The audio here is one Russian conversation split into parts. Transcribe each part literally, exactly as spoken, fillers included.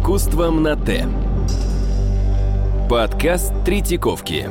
искусством на Т. Подкаст Третьяковки.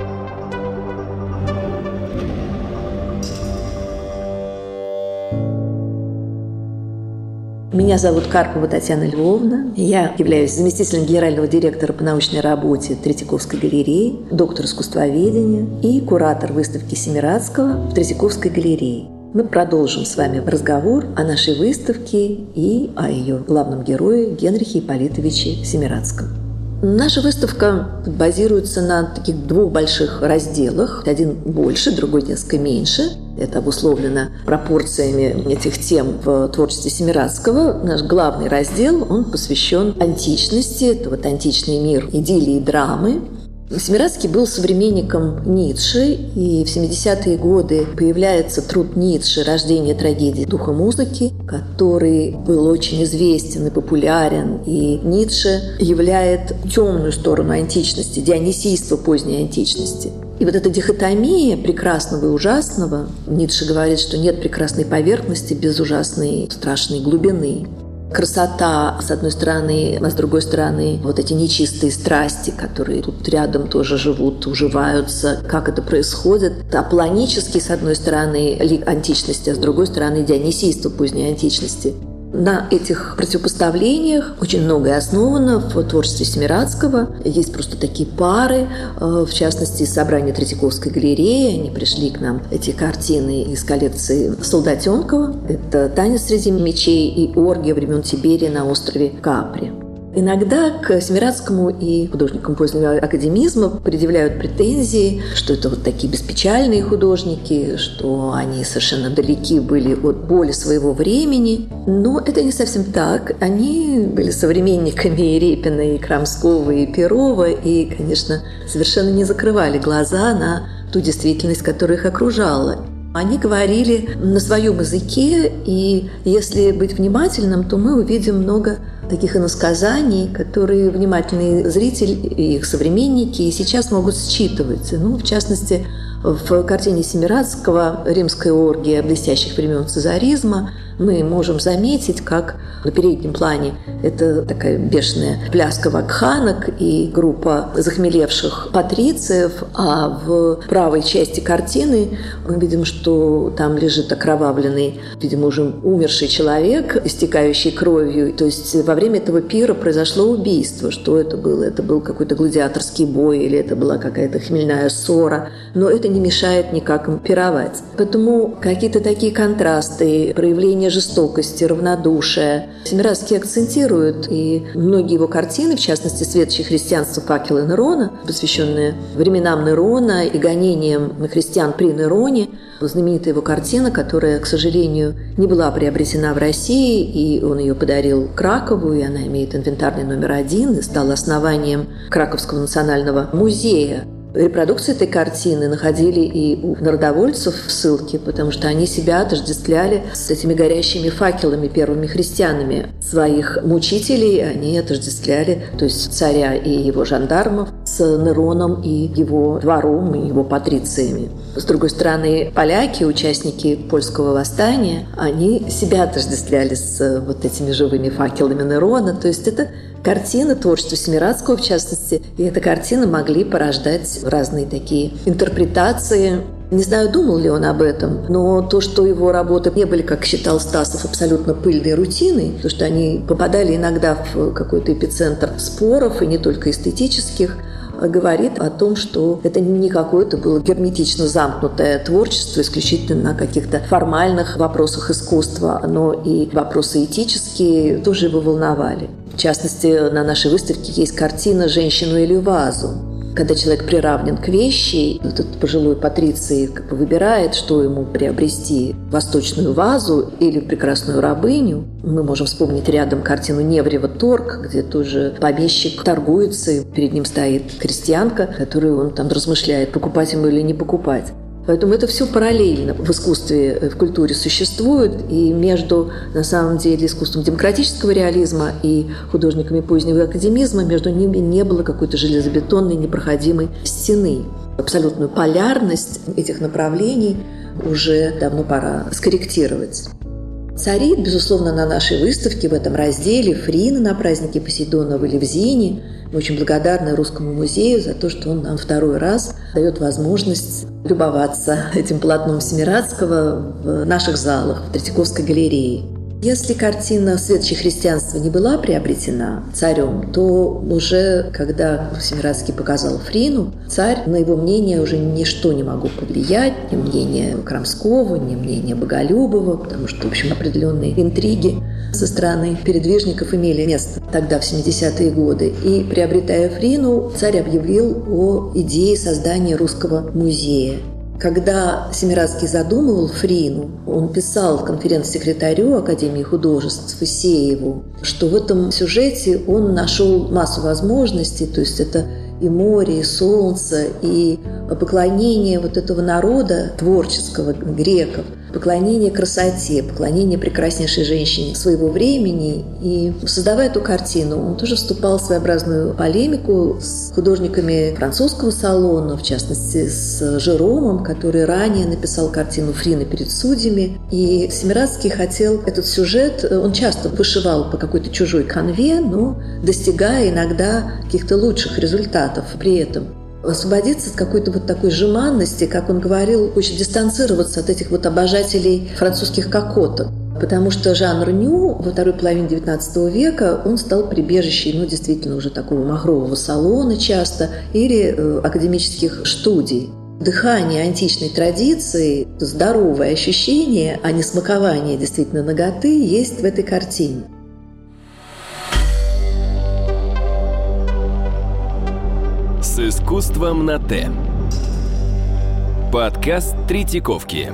Меня зовут Карпова Татьяна Львовна. Я являюсь заместителем генерального директора по научной работе Третьяковской галереи, доктор искусствоведения и куратор выставки Семирадского в Третьяковской галерее. Мы продолжим с вами разговор о нашей выставке и о ее главном герое Генрихе Ипполитовиче Семирадском. Наша выставка базируется на таких двух больших разделах. Один больше, другой несколько меньше. Это обусловлено пропорциями этих тем в творчестве Семирадского. Наш главный раздел, он посвящен античности. Это вот античный мир идиллии и драмы. Семирадский был современником Ницше, и в семидесятые годы появляется труд Ницше «Рождение трагедии духа музыки», который был очень известен и популярен. И Ницше являет темную сторону античности, дионисийство поздней античности. И вот эта дихотомия прекрасного и ужасного, Ницше говорит, что нет прекрасной поверхности без ужасной страшной глубины. Красота, с одной стороны, а с другой стороны, вот эти нечистые страсти, которые тут рядом тоже живут, уживаются. Как это происходит? Аполлонический, с одной стороны, лик античности, а с другой стороны, дионисийство поздней античности. На этих противопоставлениях очень многое основано в творчестве Семирадского. Есть просто такие пары, в частности, из собрания Третьяковской галереи. Они пришли к нам, эти картины, из коллекции Солдатенкова. Это «Танец среди мечей» и «Оргия времен Тиберия на острове Капри». Иногда к Семирадскому и художникам позднего академизма предъявляют претензии, что это вот такие беспечальные художники, что они совершенно далеки были от боли своего времени. Но это не совсем так. Они были современниками и Репина, и Крамского, и Перова, и, конечно, совершенно не закрывали глаза на ту действительность, которая их окружала. Они говорили на своем языке, и если быть внимательным, то мы увидим много таких иносказаний, которые внимательный зритель и их современники и сейчас могут считывать. Ну, в частности, в картине Семирадского «Римская оргия блестящих времен цезаризма» мы можем заметить, как на переднем плане это такая бешеная пляска вакханок и группа захмелевших патрициев, а в правой части картины мы видим, что там лежит окровавленный, видимо, уже умерший человек, истекающий кровью. То есть во время этого пира произошло убийство. Что это было? Это был какой-то гладиаторский бой или это была какая-то хмельная ссора. Но это не мешает никак им пировать. Поэтому какие-то такие контрасты, проявления жестокости, равнодушия Семирадский акцентирует, и многие его картины, в частности «Светочи христианства. Факелы Нерона», посвященные временам Нерона и гонениям на христиан при Нероне, знаменитая его картина, которая, к сожалению, не была приобретена в России, и он ее подарил Кракову, и она имеет инвентарный номер один и стала основанием Краковского национального музея. Репродукции этой картины находили и у народовольцев в ссылке, потому что они себя отождествляли с этими горящими факелами, первыми христианами. Своих мучителей они отождествляли, то есть царя и его жандармов, с Нероном и его двором, и его патрициями. С другой стороны, поляки, участники польского восстания, они себя отождествляли с вот этими живыми факелами Нерона. То есть это картина творчества Семирадского, в частности, и эта картина могли порождать разные такие интерпретации. Не знаю, думал ли он об этом, но то, что его работы не были, как считал Стасов, абсолютно пыльной рутиной, то, что они попадали иногда в какой-то эпицентр споров, и не только эстетических, говорит о том, что это не какое-то было герметично замкнутое творчество исключительно на каких-то формальных вопросах искусства, но и вопросы этические тоже его волновали. В частности, на нашей выставке есть картина «Женщину или вазу». Когда человек приравнен к вещи, этот пожилой патриций как бы выбирает, что ему приобрести – восточную вазу или прекрасную рабыню. Мы можем вспомнить рядом картину Неврева «Торг», где тоже помещик торгуется, и перед ним стоит крестьянка, которую он там размышляет, покупать ему или не покупать. Поэтому это все параллельно в искусстве, в культуре существует, и между, на самом деле, искусством демократического реализма и художниками позднего академизма между ними не было какой-то железобетонной непроходимой стены. Абсолютную полярность этих направлений уже давно пора скорректировать. царит, безусловно, на нашей выставке в этом разделе «Фрина на празднике Посейдона в Элевзине». Мы очень благодарны Русскому музею за то, что он нам второй раз дает возможность любоваться этим полотном Семирадского в наших залах, в Третьяковской галерее. Если картина «Светочи христианства» не была приобретена царем, то уже когда Семирадский показал Фрину, царь, на его мнение уже ничто не могло повлиять, ни мнение Крамского, ни мнение Боголюбова, потому что, в общем, определенные интриги со стороны передвижников имели место тогда, в семидесятые годы. И, приобретая Фрину, царь объявил о идее создания Русского музея. Когда Семирадский задумывал Фрину, он писал конференц-секретарю Академии художеств Фысееву, что в этом сюжете он нашел массу возможностей, то есть это и море, и солнце, и поклонение вот этого народа творческого, греков, поклонение красоте, поклонение прекраснейшей женщине своего времени. И создавая эту картину, он тоже вступал в своеобразную полемику с художниками французского салона, в частности с Жеромом, который ранее написал картину «Фрина перед судьями». И Семирадский хотел этот сюжет, он часто вышивал по какой-то чужой канве, но достигая иногда каких-то лучших результатов при этом. Освободиться от какой-то вот такой жеманности, как он говорил, хочет дистанцироваться от этих вот обожателей французских кокоток. Потому что жанр ню во второй половине девятнадцатого века, он стал прибежищем, ну, действительно, уже такого махрового салона часто, или э, академических студий. Дыхание античной традиции, здоровое ощущение, а не смакование действительно наготы, есть в этой картине. С искусством на Т. Подкаст Третьяковки.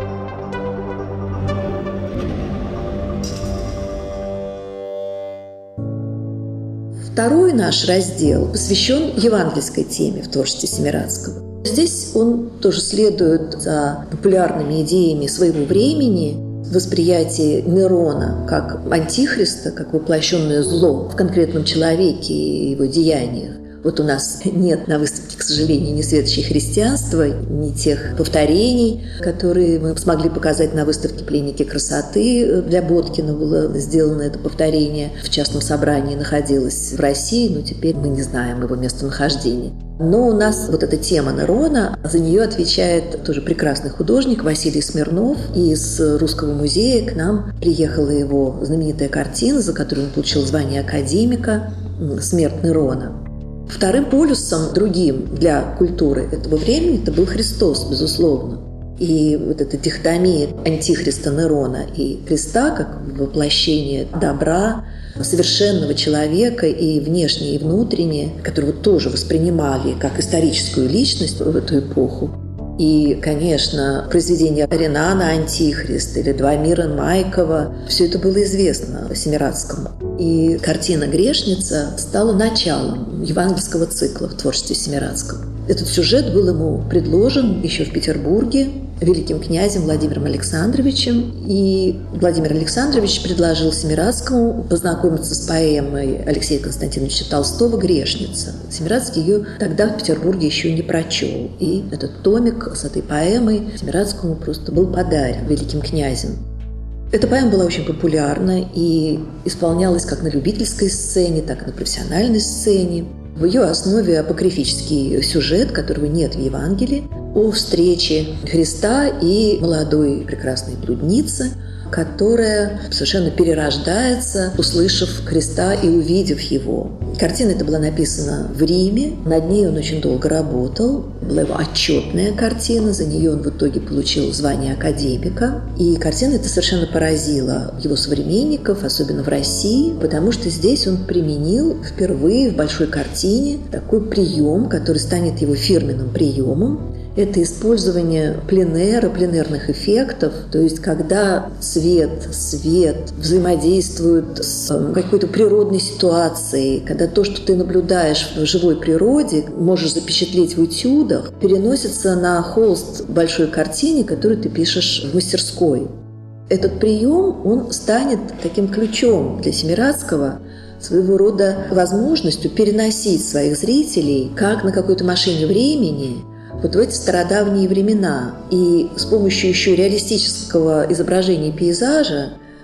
Второй наш раздел посвящен евангельской теме в творчестве Семирадского. Здесь он тоже следует за популярными идеями своего времени, восприятие Нерона как антихриста, как воплощенное зло в конкретном человеке и его деяниях. Вот у нас нет на выставке, к сожалению, ни «Светочей христианства», ни тех повторений, которые мы смогли показать на выставке «Пленники красоты». Для Боткина было сделано это повторение. В частном собрании находилось в России, но теперь мы не знаем его местонахождения. Но у нас вот эта тема Нерона, за нее отвечает тоже прекрасный художник Василий Смирнов. И из Русского музея к нам приехала его знаменитая картина, за которую он получил звание академика «Смерть Нерона». Вторым полюсом, другим для культуры этого времени, это был Христос, безусловно. И вот эта дихотомия антихриста Нерона и Христа, как воплощение добра, совершенного человека и внешнее, и внутреннее, которого тоже воспринимали как историческую личность в эту эпоху. И, конечно, произведение Ренана «Антихрист» или «Два мира» Майкова – все это было известно Семирадскому. И картина «Грешница» стала началом евангельского цикла в творчестве Семирадского. Этот сюжет был ему предложен еще в Петербурге великим князем Владимиром Александровичем. И Владимир Александрович предложил Семирадскому познакомиться с поэмой Алексея Константиновича Толстого «Грешница». Семирадский ее тогда в Петербурге еще не прочел. И этот томик с этой поэмой Семирадскому просто был подарен великим князем. Эта поэма была очень популярна и исполнялась как на любительской сцене, так и на профессиональной сцене. В ее основе апокрифический сюжет, которого нет в Евангелии, о встрече Христа и молодой прекрасной блудницы, которая совершенно перерождается, услышав Христа и увидев его. Картина эта была написана в Риме, над ней он очень долго работал. Была его отчетная картина, за нее он в итоге получил звание академика. И картина эта совершенно поразила его современников, особенно в России, потому что здесь он применил впервые в большой картине такой прием, который станет его фирменным приемом. Это использование пленэра, пленэрных эффектов, то есть когда свет, свет взаимодействует с какой-то природной ситуацией, когда то, что ты наблюдаешь в живой природе, можешь запечатлеть в этюдах, переносится на холст большой картине, которую ты пишешь в мастерской. Этот прием, он станет таким ключом для Семирадского, своего рода возможностью переносить своих зрителей как на какой-то машине времени вот в эти стародавние времена. И с помощью еще реалистического изображения пейзажа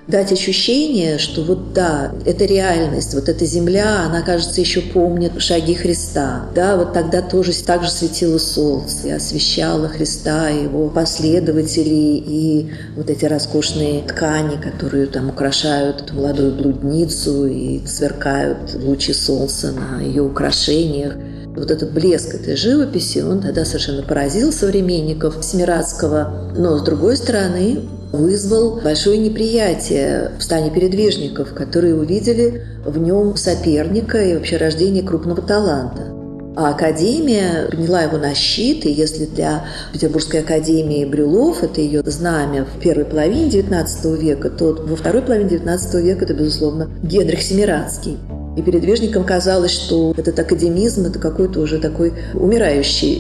дать ощущение, что вот да, это реальность, вот эта земля, она, кажется, еще помнит шаги Христа. Да, вот тогда тоже так же светило солнце и освещало Христа, его последователей, и вот эти роскошные ткани, которые там украшают эту молодую блудницу и сверкают лучи солнца на ее украшениях. Вот этот блеск этой живописи, он тогда совершенно поразил современников Семирадского, но, с другой стороны, вызвал большое неприятие в стане передвижников, которые увидели в нем соперника и вообще рождение крупного таланта. А Академия приняла его на щит, и если для Петербургской академии Брюлов – это ее знамя в первой половине девятнадцатого века, то во второй половине девятнадцатого века это, безусловно, Генрих Семирадский. И передвижникам казалось, что этот академизм – это какое-то уже такое умирающее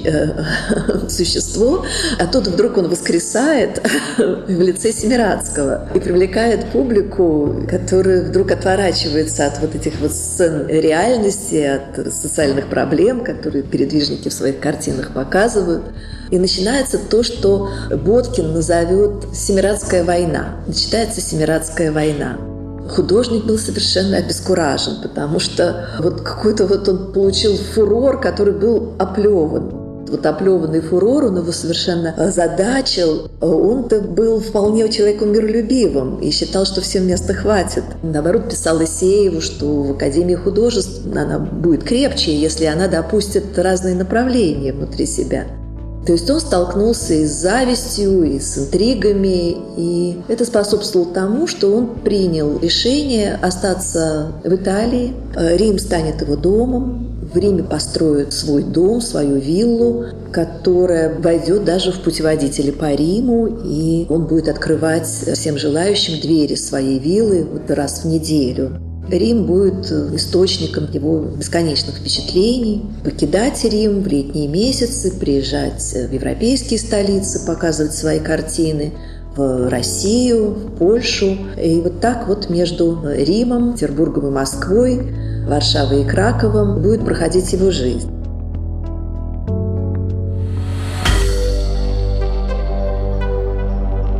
э, существо, а тут вдруг он воскресает в лице Семирадского и привлекает публику, которая вдруг отворачивается от вот этих вот сцен реальности, от социальных проблем, которые передвижники в своих картинах показывают. И начинается то, что Боткин назовет «Семирадская война». Начинается «Семирадская война». Художник был совершенно обескуражен, потому что вот какой-то вот он получил фурор, который был оплеван. Вот оплеванный фурор, он его совершенно озадачил. Он-то был вполне человеком миролюбивым и считал, что всем места хватит. Наоборот, писал Исееву, что в Академии художеств она будет крепче, если она допустит разные направления внутри себя. То есть он столкнулся и с завистью, и с интригами, и это способствовало тому, что он принял решение остаться в Италии. Рим станет его домом, в Риме построит свой дом, свою виллу, которая войдет даже в путеводители по Риму, и он будет открывать всем желающим двери своей виллы вот раз в неделю. Рим будет источником его бесконечных впечатлений. Покидать Рим в летние месяцы, приезжать в европейские столицы, показывать свои картины, в Россию, в Польшу. И вот так вот между Римом, Петербургом и Москвой, Варшавой и Краковом будет проходить его жизнь.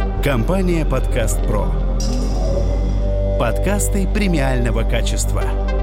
Компания «Подкаст Про». Подкасты премиального качества.